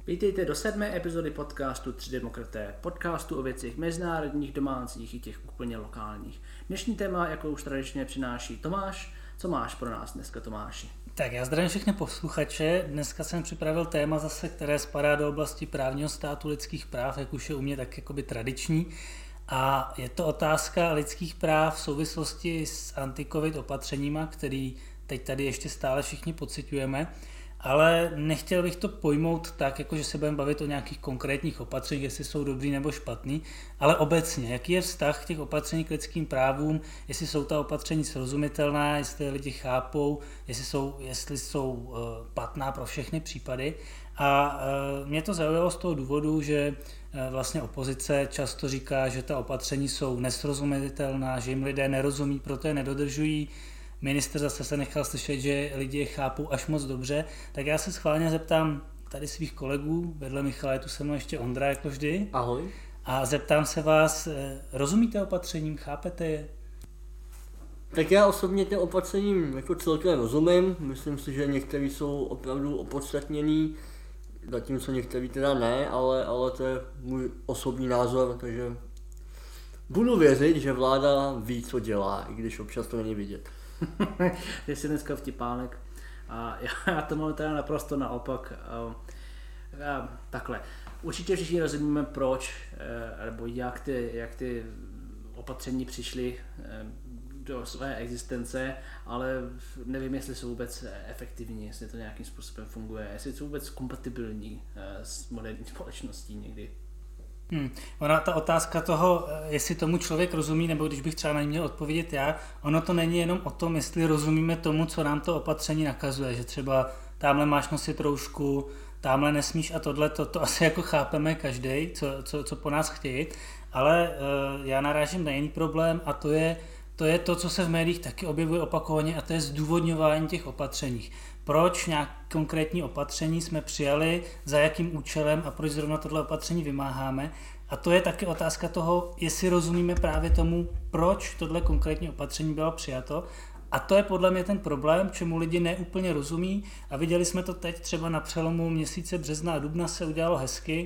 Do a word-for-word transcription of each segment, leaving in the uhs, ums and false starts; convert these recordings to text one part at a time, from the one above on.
Vítejte do sedmé epizody podcastu Tři demokraté, podcastu o věcech mezinárodních, domácích i těch úplně lokálních. Dnešní téma, jako už tradičně přináší Tomáš. Co máš pro nás dneska, Tomáši? Tak já zdravím všechny posluchače. Dneska jsem připravil téma zase, které spadá do oblasti právního státu, lidských práv, jak už je u mě tak jakoby tradiční. A je to otázka lidských práv v souvislosti s anti-covid opatřeníma, který teď tady ještě stále všichni pociťujeme. Ale nechtěl bych to pojmout tak, jako že se budeme bavit o nějakých konkrétních opatřeních, jestli jsou dobrý nebo špatný, ale obecně, jaký je vztah těch opatření k lidským právům, jestli jsou ta opatření srozumitelná, jestli lidi chápou, jestli jsou, jestli jsou uh, platná pro všechny případy. A uh, mě to zaujalo z toho důvodu, že uh, vlastně opozice často říká, že ta opatření jsou nesrozumitelná, že jim lidé nerozumí, proto je nedodržují. Ministr zase se nechal slyšet, že lidi je chápou až moc dobře, tak já se schválně zeptám tady svých kolegů, vedle Michala je tu se mnou ještě Ondra, jako vždy. Ahoj. A zeptám se vás, rozumíte opatřením, chápete je? Tak já osobně těm opatřením jako celkem rozumím, myslím si, že některý jsou opravdu opodstatněný, zatímco některý teda ne, ale, ale to je můj osobní názor, takže budu věřit, že vláda ví, co dělá, i když občas to není vidět. Ty jsi dneska vtipálek a já to mám teda naprosto naopak. A takhle, určitě všichni rozumíme proč, nebo jak ty, jak ty opatření přišly do své existence, ale nevím, jestli jsou vůbec efektivní, jestli to nějakým způsobem funguje, jestli jsou vůbec kompatibilní s moderní společností někdy. Hmm. Ona ta otázka toho, jestli tomu člověk rozumí, nebo když bych třeba na ní měl odpovědět já, ono to není jenom o tom, jestli rozumíme tomu, co nám to opatření nakazuje, že třeba tamhle máš nosit roušku, tamhle nesmíš a tohle, to, to asi jako chápeme každý, co, co, co po nás chtějí, ale uh, já narážím na jiný problém a to je, to je to, co se v médiích taky objevuje opakovaně a to je zdůvodňování těch opatřeních. Proč nějak konkrétní opatření jsme přijali, za jakým účelem a proč zrovna tohle opatření vymáháme. A to je taky otázka toho, jestli rozumíme právě tomu, proč tohle konkrétní opatření bylo přijato. A to je podle mě ten problém, čemu lidi neúplně rozumí. A viděli jsme to teď třeba na přelomu měsíce března a dubna se udělalo hezky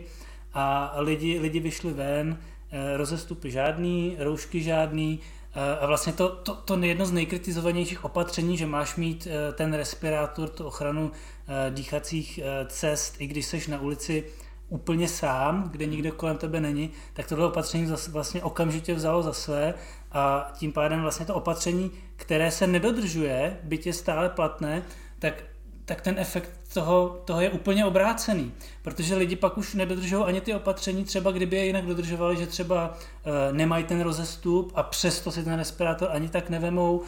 a lidi, lidi vyšli ven, rozestupy žádný, roušky žádný. A vlastně to, to, to jedno z nejkritizovanějších opatření, že máš mít ten respirátor, tu ochranu dýchacích cest, i když seš na ulici úplně sám, kde nikdo kolem tebe není, tak tohle opatření vlastně okamžitě vzalo za své a tím pádem vlastně to opatření, které se nedodržuje, byť je stále platné, tak tak ten efekt toho, toho je úplně obrácený, protože lidi pak už nedodržují ani ty opatření, třeba kdyby je jinak dodržovali, že třeba uh, nemají ten rozestup a přesto si ten respirátor ani tak nevemou. Uh,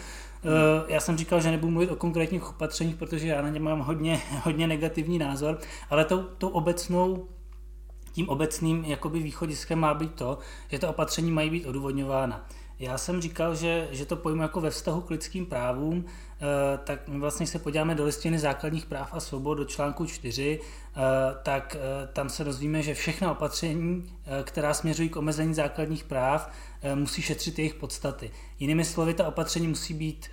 já jsem říkal, že nebudu mluvit o konkrétních opatřeních, protože já na ně mám hodně, hodně negativní názor, ale tou, tou obecnou, tím obecným jakoby východiskem má být to, že ta opatření mají být odůvodňována. Já jsem říkal, že, že to pojmu jako ve vztahu k lidským právům, tak my vlastně se podíváme do listiny základních práv a svobod do článku čtyři, tak tam se dozvíme, že všechna opatření, která směřují k omezení základních práv, musí šetřit jejich podstaty. Jinými slovy, ta opatření musí být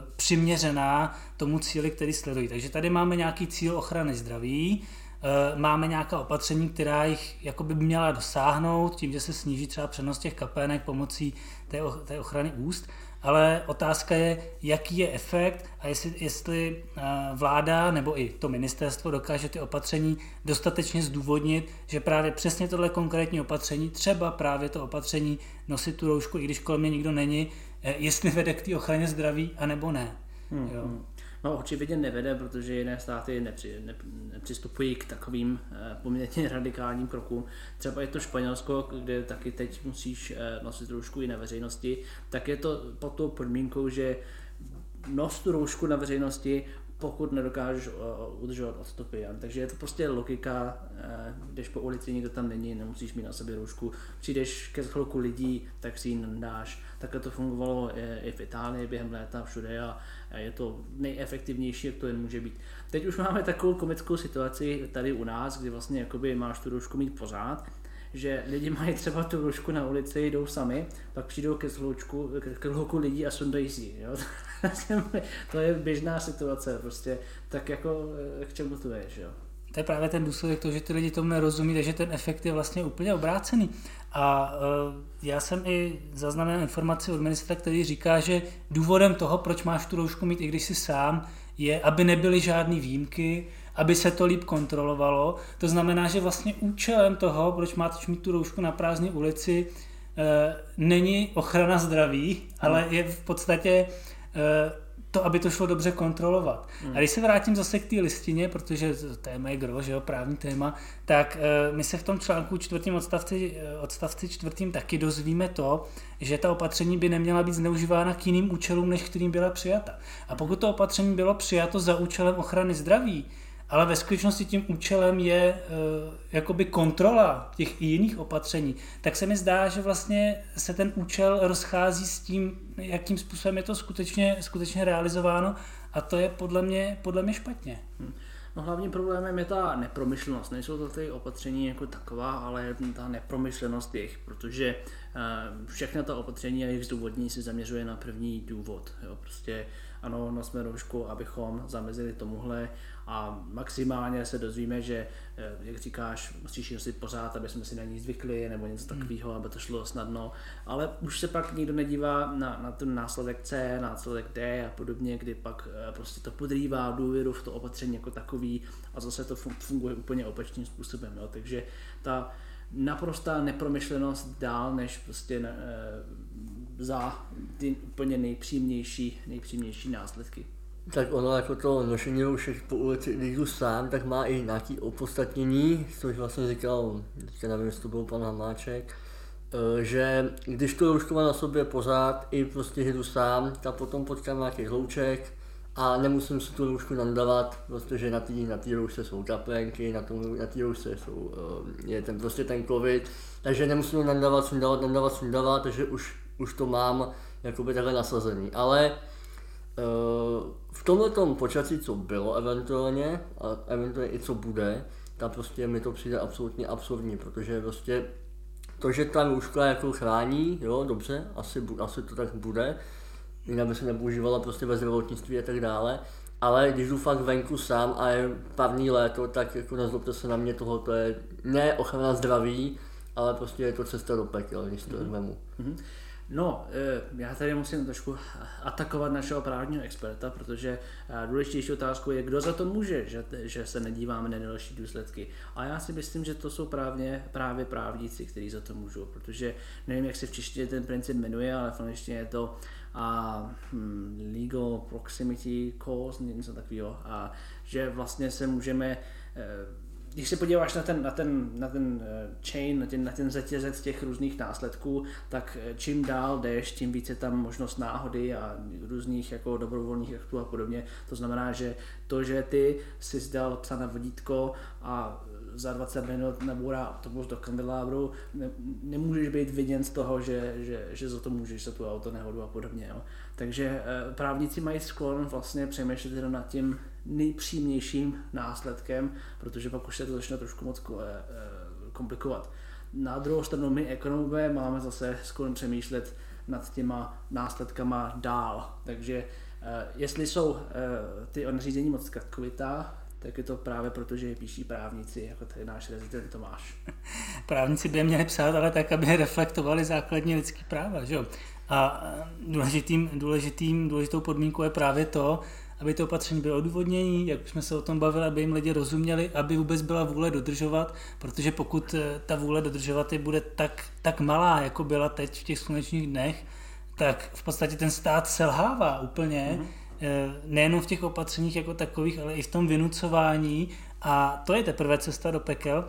přiměřená tomu cíli, který sledují. Takže tady máme nějaký cíl ochrany zdraví, máme nějaká opatření, která jich jakoby měla dosáhnout tím, že se sníží třeba přenos těch kapének pomocí té, té ochrany úst, ale otázka je, jaký je efekt a jestli, jestli vláda nebo i to ministerstvo dokáže ty opatření dostatečně zdůvodnit, že právě přesně tohle konkrétní opatření, třeba právě to opatření nosit tu roušku, i když kolem mě nikdo není, jestli vede k té ochraně zdraví, anebo ne. Hmm, jo. Hmm. No určitě nevede, protože jiné státy nepři, ne, nepřistupují k takovým eh, poměrně radikálním krokům. Třeba je to Španělsko, kde taky teď musíš eh, nosit roušku i na veřejnosti, tak je to pod tou podmínkou, že nos tu roušku na veřejnosti, pokud nedokážeš uh, udržovat odstupy. Ja? Takže je to prostě logika, uh, jdeš po ulici, nikdo tam není, nemusíš mít na sobě roušku, přijdeš ke chvilku lidí, tak si ji dáš. Takhle to fungovalo i, i v Itálii během léta všude a, a je to nejefektivnější, jak to jen může být. Teď už máme takovou komickou situaci tady u nás, kdy vlastně jakoby máš tu roušku mít pořád, že lidi mají třeba tu roušku na ulici, jdou sami, pak přijdou ke zhloučku, ke hlouku lidí a sundají si, jo. To je běžná situace prostě, tak jako k čemu to je, že jo. To je právě ten důsledek toho, že ty lidi tomu nerozumí, takže ten efekt je vlastně úplně obrácený. A uh, já jsem i zaznamenal informaci od ministra, který říká, že důvodem toho, proč máš tu roušku mít, i když jsi sám, je, aby nebyly žádný výjimky, aby se to líp kontrolovalo. To znamená, že vlastně účelem toho, proč máš mít tu roušku na prázdné ulici, uh, není ochrana zdraví, ale je v podstatě uh, to, aby to šlo dobře kontrolovat. Hmm. A když se vrátím zase k té listině, protože téma je gro, že jo, právní téma, tak uh, my se v tom článku čtvrtým odstavci, odstavci čtvrtým taky dozvíme to, že ta opatření by neměla být zneužívána k jiným účelům, než kterým byla přijata. A pokud to opatření bylo přijato za účelem ochrany zdraví, ale ve skutečnosti tím účelem je uh, jakoby kontrola těch i jiných opatření, tak se mi zdá, že vlastně se ten účel rozchází s tím, jakým způsobem je to skutečně, skutečně realizováno, a to je podle mě, podle mě špatně. Hmm. No, hlavním problémem je ta nepromyšlenost. Nejsou to ty opatření jako taková, ale ta nepromyšlenost jejich, protože uh, všechna ta opatření a jejich zdůvodnění se zaměřuje na první důvod. Jo? Prostě ano, nosme roušku, abychom zamezili tomuhle, a maximálně se dozvíme, že, jak říkáš, musíš nosit pořád, aby jsme si na ní zvykli, nebo něco takového, aby to šlo snadno, ale už se pak nikdo nedívá na, na ten následek C, následek D a podobně, kdy pak prostě to podrývá důvěru v to opatření jako takový a zase to funguje úplně opačným způsobem. Jo. Takže ta naprostá nepromyšlenost dál, než prostě ne, za ty úplně nejpříjemnější, nejpříjemnější následky. Tak ono jako to nošení roušek po ulici, když jdu sám, tak má i nějaké opodstatnění, což vlastně říkal, teďka nevím, jestli to byl pan Hamáček, že když tu roušku mám na sobě pořád, i prostě jdu sám, tak potom potkám nějaký hlouček a nemusím si tu roušku nandavat, protože na té na té roušce jsou kaplenky, na té na té roušce jsou, je ten prostě ten covid, takže nemusím nandavat, sundavat, nandavat, sundavat, takže už, už to mám jakoby takhle nasazený, ale v tomhletom počasí, co bylo eventuálně, a eventuálně i co bude, tak prostě mi to přijde absolutně absurdní, protože prostě to, že ta rouška jako chrání, jo, dobře, asi, asi to tak bude, jinak by se nepoužívala prostě ve zdravotnictví a tak dále, ale když jdu fakt venku sám a je pavný léto, tak jako nezlobte se na mě, tohoto je ne ochrana zdraví, ale prostě je to cesta do pekel, když to mm-hmm. vemu. Mm-hmm. No, já tady musím trošku atakovat našeho právního experta, protože důležitější otázkou je, kdo za to může, že, že se nedíváme na další důsledky. A já si myslím, že to jsou právě, právě právníci, kteří za to můžou, protože nevím, jak se v češtině ten princip jmenuje, ale v angličtině je to a, hm, legal proximity cause, něco takového, a že vlastně se můžeme, když se podíváš na ten, na ten, na ten chain, na ten, na ten řetězec těch různých následků, tak čím dál jdeš, tím více tam možnost náhody a různých jako dobrovolných aktů a podobně. To znamená, že to, že ty si zdal psa na vodítko a za dvacet minut nabourá autobus do kandelábru, ne, nemůžeš být viděn z toho, že, že, že za to můžeš za tu auto nehodu a podobně. Jo. Takže právníci mají sklon vlastně přemýšlet jenom nad tím nejpříjemnějším následkem, protože pak už se to začne trošku moc komplikovat. Na druhou stranu my ekonomové máme zase sklon přemýšlet nad těma následkama dál. Takže jestli jsou ty nařízení moc zkratkovitá, tak je to právě proto, že je píší právníci, jako tady náš rezident Tomáš. Právníci by je měli psát, ale tak, aby reflektovali základní lidský práva, že jo? A důležitým, důležitým, důležitou podmínkou je právě to, aby to opatření bylo odůvodnění, jak jsme se o tom bavili, aby jim lidi rozuměli, aby vůbec byla vůle dodržovat, protože pokud ta vůle dodržovat je bude tak, tak malá, jako byla teď v těch slunečních dnech, tak v podstatě ten stát selhává úplně, mm-hmm. nejenom v těch opatřeních jako takových, ale i v tom vynucování, a to je teprve cesta do pekel.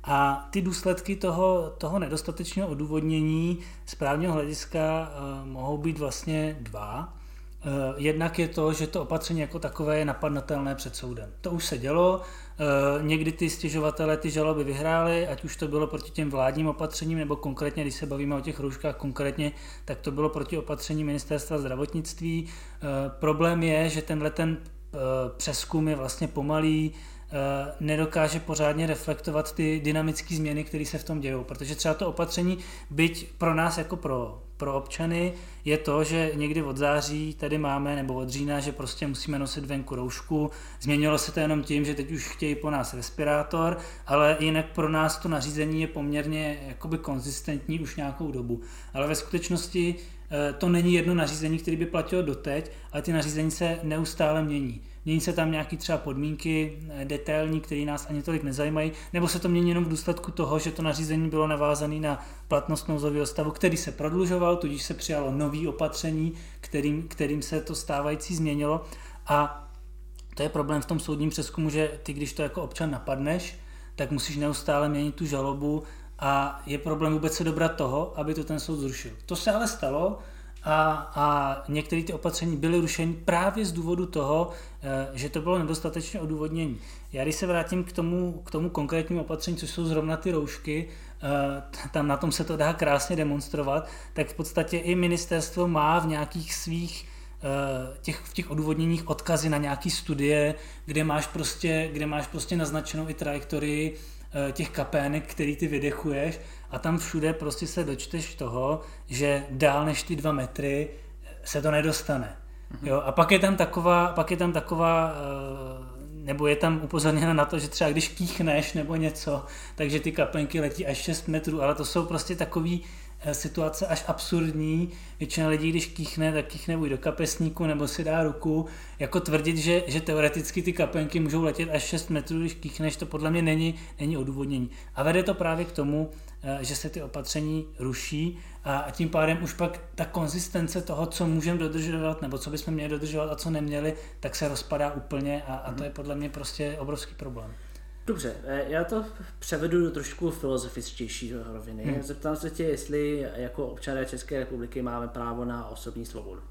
A ty důsledky toho, toho nedostatečného odůvodnění z právního hlediska uh, mohou být vlastně dva. Uh, jednak je to, že to opatření jako takové je napadnutelné před soudem. To už se dělo, uh, někdy ty stěžovatelé ty žaloby vyhráli, ať už to bylo proti těm vládním opatřením, nebo konkrétně, když se bavíme o těch rouškách konkrétně, tak to bylo proti opatření ministerstva zdravotnictví. Uh, problém je, že tenhle ten uh, přezkum je vlastně pomalý, nedokáže pořádně reflektovat ty dynamické změny, které se v tom dějou. Protože třeba to opatření, byť pro nás jako pro, pro občany, je to, že někdy od září tady máme, nebo od října, že prostě musíme nosit venku roušku. Změnilo se to jenom tím, že teď už chtějí po nás respirátor, ale jinak pro nás to nařízení je poměrně jakoby konzistentní už nějakou dobu. Ale ve skutečnosti to není jedno nařízení, které by platilo doteď, ale ty nařízení se neustále mění. Mění se tam nějaké třeba podmínky detailní, které nás ani tolik nezajímají, nebo se to mění jenom v důsledku toho, že to nařízení bylo navázané na platnost nouzového stavu, který se prodlužoval, tudíž se přijalo nový opatření, kterým, kterým se to stávající změnilo. A to je problém v tom soudním přezkumu, že ty, když to jako občan napadneš, tak musíš neustále měnit tu žalobu a je problém vůbec se dobrat toho, aby to ten soud zrušil. To se ale stalo, A, a některé ty opatření byly rušeny právě z důvodu toho, že to bylo nedostatečně odůvodnění. Já když se vrátím k tomu, k tomu konkrétnímu opatření, což jsou zrovna ty roušky, tam na tom se to dá krásně demonstrovat, tak v podstatě i ministerstvo má v nějakých svých těch, v těch odůvodněních odkazy na nějaké studie, kde máš prostě, kde máš prostě naznačenou i trajektorii těch kapének, který ty vydechuješ, a tam všude prostě se dočteš toho, že dál než ty dva metry se to nedostane. Mhm. Jo? A pak je tam taková, pak je tam taková, nebo je tam upozorněno na to, že třeba když kýchneš nebo něco, takže ty kapénky letí až šest metrů, ale to jsou prostě takový situace až absurdní. Většina lidí, když kýchne, tak kýchne buď do kapesníku nebo si dá ruku. Jako tvrdit, že, že teoreticky ty kapénky můžou letět až šest metrů, když kýchneš, to podle mě není, není odůvodnění. A vede to právě k tomu, že se ty opatření ruší a tím pádem už pak ta konzistence toho, co můžeme dodržovat nebo co bychom měli dodržovat a co neměli, tak se rozpadá úplně a, a to je podle mě prostě obrovský problém. Dobře, já to převedu do trošku filozofičtější roviny. Hmm. Zeptám se tě, jestli jako občané České republiky máme právo na osobní svobodu.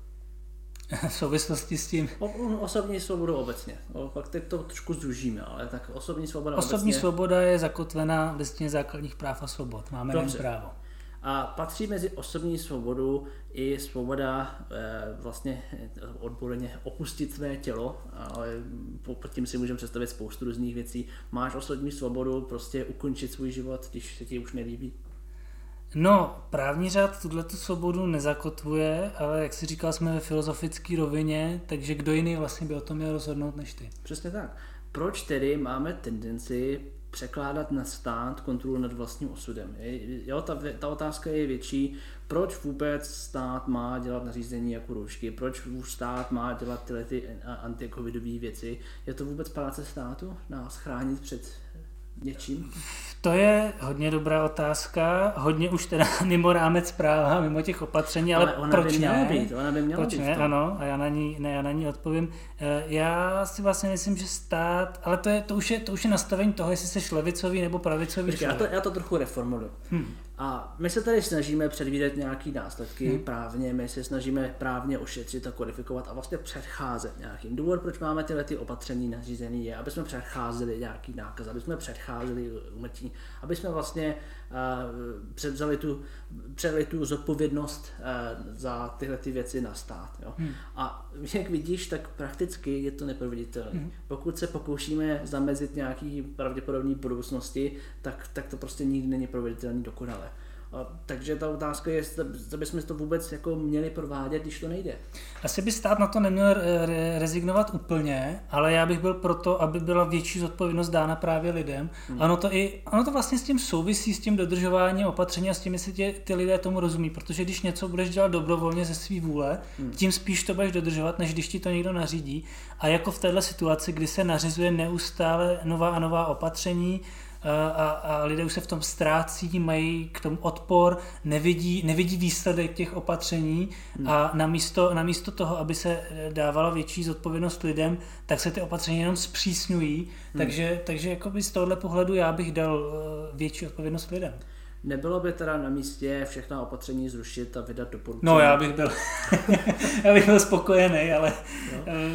V souvislosti s tím? O, osobní svobodu obecně. O, pak teď to trošku zúžíme, ale tak osobní svoboda Osobní obecně. svoboda je zakotvena v listině základních práv a svobod. Máme na právo. A patří mezi osobní svobodu i svoboda e, vlastně odborně opustit své tělo, ale pod tím si můžeme představit spoustu různých věcí. Máš osobní svobodu prostě ukončit svůj život, když se ti už nelíbí? No, právní řád tuhletu svobodu nezakotvuje, ale jak jsi říkal, jsme ve filozofické rovině, takže kdo jiný vlastně by o tom měl rozhodnout než ty? Přesně tak. Proč tedy máme tendenci překládat na stát kontrolu nad vlastním osudem? Jo, ta, ta otázka je větší. Proč vůbec stát má dělat nařízení jako roušky? Proč stát má dělat tyhle ty antikovidové věci? Je to vůbec práce státu nás chránit před něčím? To je hodně dobrá otázka, hodně už teda mimo rámec práva, mimo těch opatření, ale, ale ona proč by měla ne? Být, ona by měla proč být ne? Ano, a já na ní, ne, já na ní odpovím. Já si vlastně myslím, že stát, ale to, je, to, už je, to už je nastavení toho, jestli jsi levicový nebo pravicový. Já to, já to trochu reformuluji. Hmm. A my se tady snažíme předvídat nějaké následky hmm. právně, my se snažíme právně ošetřit a kodifikovat a vlastně předcházet nějakým. Důvod, proč máme tyhle ty opatření nařízený, je, aby jsme předcházeli nějaký nákaz, aby jsme předcházeli úmrtí, aby jsme vlastně uh, převzali tu, převzali tu zodpovědnost uh, za tyhle ty věci na stát. Jo? Hmm. A jak vidíš, tak prakticky je to neproveditelné. Hmm. Pokud se pokoušíme zamezit nějaký pravděpodobný budoucnosti, tak, tak to prostě nikdy není proveditelný dokonale. A takže ta otázka je, zda bychom to vůbec jako měli provádět, když to nejde. Asi by stát na to neměl re- rezignovat úplně, ale já bych byl proto, aby byla větší zodpovědnost dána právě lidem. Hmm. Ano, to i, ano to vlastně s tím souvisí, s tím dodržováním opatření a s tím, jestli tě, ty lidé tomu rozumí, protože když něco budeš dělat dobrovolně ze svý vůle, hmm. tím spíš to budeš dodržovat, než když ti to někdo nařídí. A jako v této situaci, kdy se nařizuje neustále nová a nová opatření, A, a lidé už se v tom ztrácí, mají k tomu odpor, nevidí, nevidí výsledek těch opatření hmm. a namísto, namísto toho, aby se dávala větší zodpovědnost lidem, tak se ty opatření jenom zpřísňují, hmm. takže, takže jakoby z tohohle pohledu já bych dal větší odpovědnost lidem. Nebylo by teda na místě všechna opatření zrušit a vydat doporučení? No já bych byl, já bych byl spokojený, ale...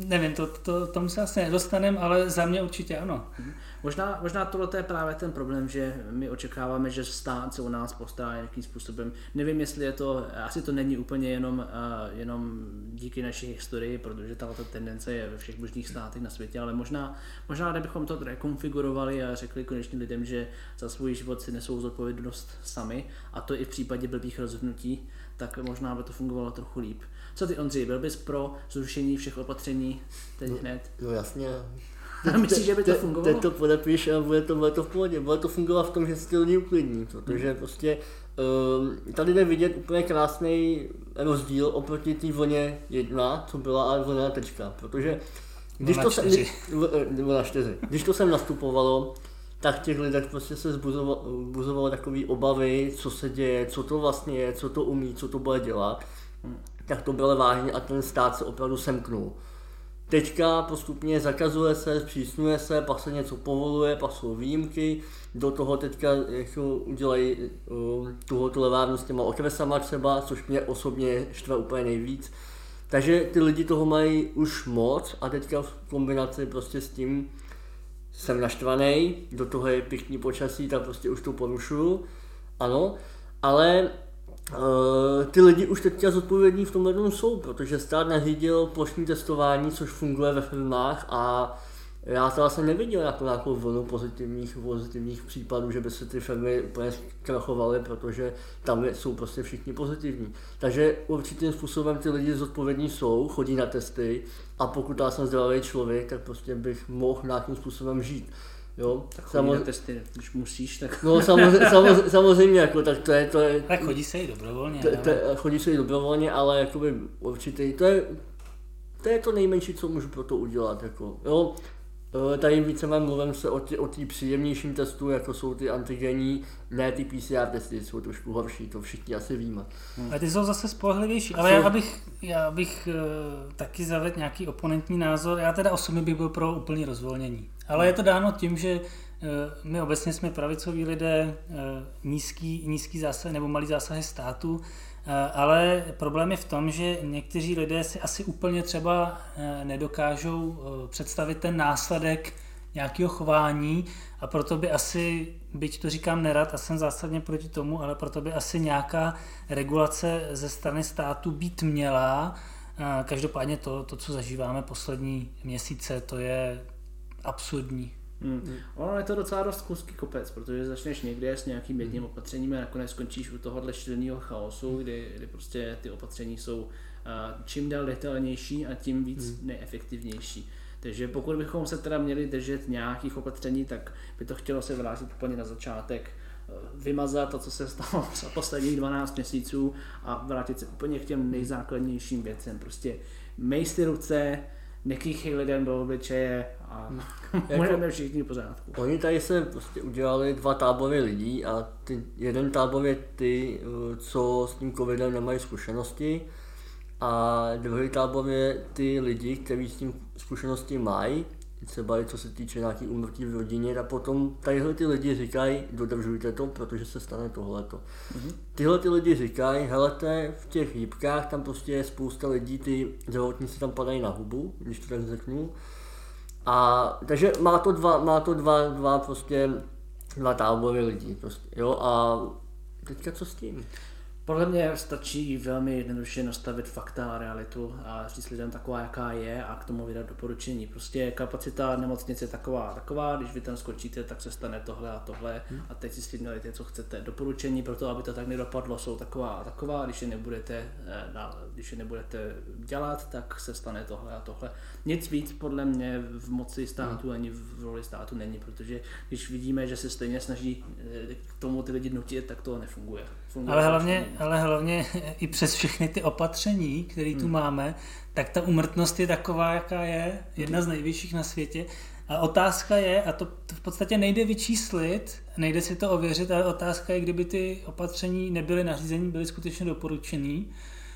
nevím, to, to, tomu se asi nedostaneme, ale za mě určitě ano. Možná, možná tohle je právě ten problém, že my očekáváme, že stát se u nás postará nějakým způsobem. Nevím, jestli je to, asi to není úplně jenom, uh, jenom díky naší historii, protože tato tendence je ve všech možných státech na světě, ale možná, možná kdybychom to rekonfigurovali a řekli konečně lidem, že za svůj život si nesou zodpovědnost sami, a to i v případě blbých rozhodnutí, tak možná by to fungovalo trochu líp. Co ty, Ondřej, byl bys pro zrušení všech opatření teď no, hned? No jasně. A myslíš, že by to fungovalo? Teď to podepíš a bude to, bude to v pohodě. Bude to fungovat v tom, že si ty lidi uklidní, protože hmm. prostě um, tady jde vidět úplně krásný rozdíl oproti té vlně jedna, co byla, a vlna tečka, protože když to, sem, vlna čtyři. Když to sem nastupovalo, tak těch lidech prostě se zbuzovalo takové obavy, co se děje, co to vlastně je, co to umí, co to bude dělat. Hmm. Tak to bylo vážně a ten stát se opravdu semknul. Teďka postupně zakazuje se, zpřísňuje se, pak se něco povoluje, pak jsou výjimky, do toho teďka udělají uh, tuhotu levárnu s těma okresama třeba, což mě osobně štve úplně nejvíc. Takže ty lidi toho mají už moc a teďka v kombinaci prostě s tím jsem naštvaný, do toho je pěkný počasí, tak prostě už to porušuju, ano, ale Uh, ty lidi už teďka zodpovědní v tomhle tom jsou, protože stát nařídil plošní testování, což funguje ve firmách a já to vlastně neviděl jako nějakou vlnu pozitivních, pozitivních případů, že by se ty firmy úplně zkrachovaly, protože tam jsou prostě všichni pozitivní. Takže určitým způsobem ty lidi zodpovědní jsou, chodí na testy a pokud já jsem zdravý člověk, tak prostě bych mohl nějakým způsobem žít. Jo, tak chodí Samoz... na testy, když musíš, tak... No samozřejmě, samozřejmě, samozřejmě jako, tak to je, to je... Tak chodí se i dobrovolně. To, to, chodí se i dobrovolně, ale jakoby určitý, to je, to je to nejmenší, co můžu pro to udělat, jako, jo. Tady víceméně mluvím se o té o příjemnějším testu, jako jsou ty antigenní, ne ty P C R testy, jsou trošku horší, to všichni asi víme. Hmm. A ty jsou zase spolehlivější, ale já bych, já bych uh, taky zavedl nějaký oponentní názor, já teda osobně bych byl pro úplný rozvolnění. Ale hmm. je to dáno tím, že uh, my obecně jsme pravicoví lidé, uh, nízký, nízký zásah nebo malý zásahy státu, ale problém je v tom, že někteří lidé si asi úplně třeba nedokážou představit ten následek nějakého chování a proto by asi, byť to říkám nerad a jsem zásadně proti tomu, ale proto by asi nějaká regulace ze strany státu být měla. Každopádně to, to co zažíváme poslední měsíce, to je absurdní. Hmm. Hmm. Ono je to docela dost kůzký kopec, protože začneš někde s nějakým jedním opatřením a nakonec skončíš u tohohle šíleného chaosu, kdy, kdy prostě ty opatření jsou uh, čím dál detailnější a tím víc hmm. neefektivnější. Takže pokud bychom se teda měli držet nějakých opatření, tak by to chtělo se vrátit úplně na začátek, vymazat to, co se stalo za posledních dvanáct měsíců a vrátit se úplně k těm nejzákladnějším věcem. Prostě mej si ruce, nekýchej lidem do obličeje a můžeme všichni v pořádku. Oni tady se prostě udělali dva tábory lidí a ty, jeden tábor je ty, co s tím covidem nemají zkušenosti a druhý tábor je ty lidi, kteří s tím zkušenosti mají, třeba i co se týče nějaký úmrtí v rodině a potom tadyhle ty lidi říkají, dodržujte to, protože se stane tohleto. Mm-hmm. Tyhle ty lidi říkají, helete, v těch jípkách tam prostě je spousta lidí, ty zdravotníci tam padají na hubu, když to tak řeknu. A takže má to dva, má to dva, dva prostě dva tábory lidí prostě, jo, a teďka co s tím? Podle mě stačí velmi jednoduše nastavit fakta a realitu a říct lidem taková, jaká je a k tomu vydat doporučení. Prostě kapacita nemocnice je taková taková, když vy tam skočíte, tak se stane tohle a tohle hmm. a teď si s tím dělejte, co chcete. Doporučení pro to, aby to tak nedopadlo, jsou taková a taková, když je nebudete, když je nebudete dělat, tak se stane tohle a tohle. Nic víc podle mě v moci státu hmm. ani v roli státu není, protože když vidíme, že se stejně snaží k tomu ty lidi nutit, tak to nefunguje. Funguje ale hlavně, ale hlavně i přes všechny ty opatření, které tu hmm. máme, tak ta úmrtnost je taková, jaká je, jedna z nejvyšších na světě. A otázka je, a to, to v podstatě nejde vyčíslit, nejde si to ověřit, ale otázka je, kdyby ty opatření nebyly nařízení, byly skutečně doporučený,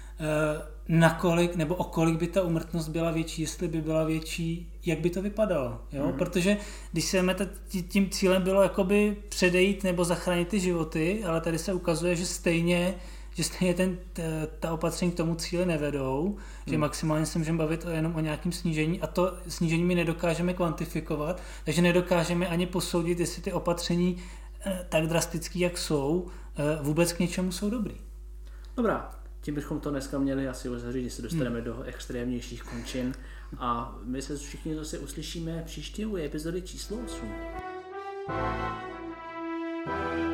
nakolik nebo o kolik by ta úmrtnost byla větší, jestli by byla větší, jak by to vypadalo. Jo? Mm. Protože když se jdeme, tím cílem bylo jakoby předejít nebo zachránit ty životy, ale tady se ukazuje, že stejně že stejně ten, ta, ta opatření k tomu cíli nevedou, hmm. že maximálně se můžeme bavit jenom o nějakém snížení a to snížení my nedokážeme kvantifikovat, takže nedokážeme ani posoudit, jestli ty opatření tak drastický, jak jsou, vůbec k něčemu jsou dobrý. Dobrá, tím bychom to dneska měli asi uzavřít, že se dostaneme hmm. do extrémnějších končin a my se všichni zase uslyšíme příště u epizody číslo osm.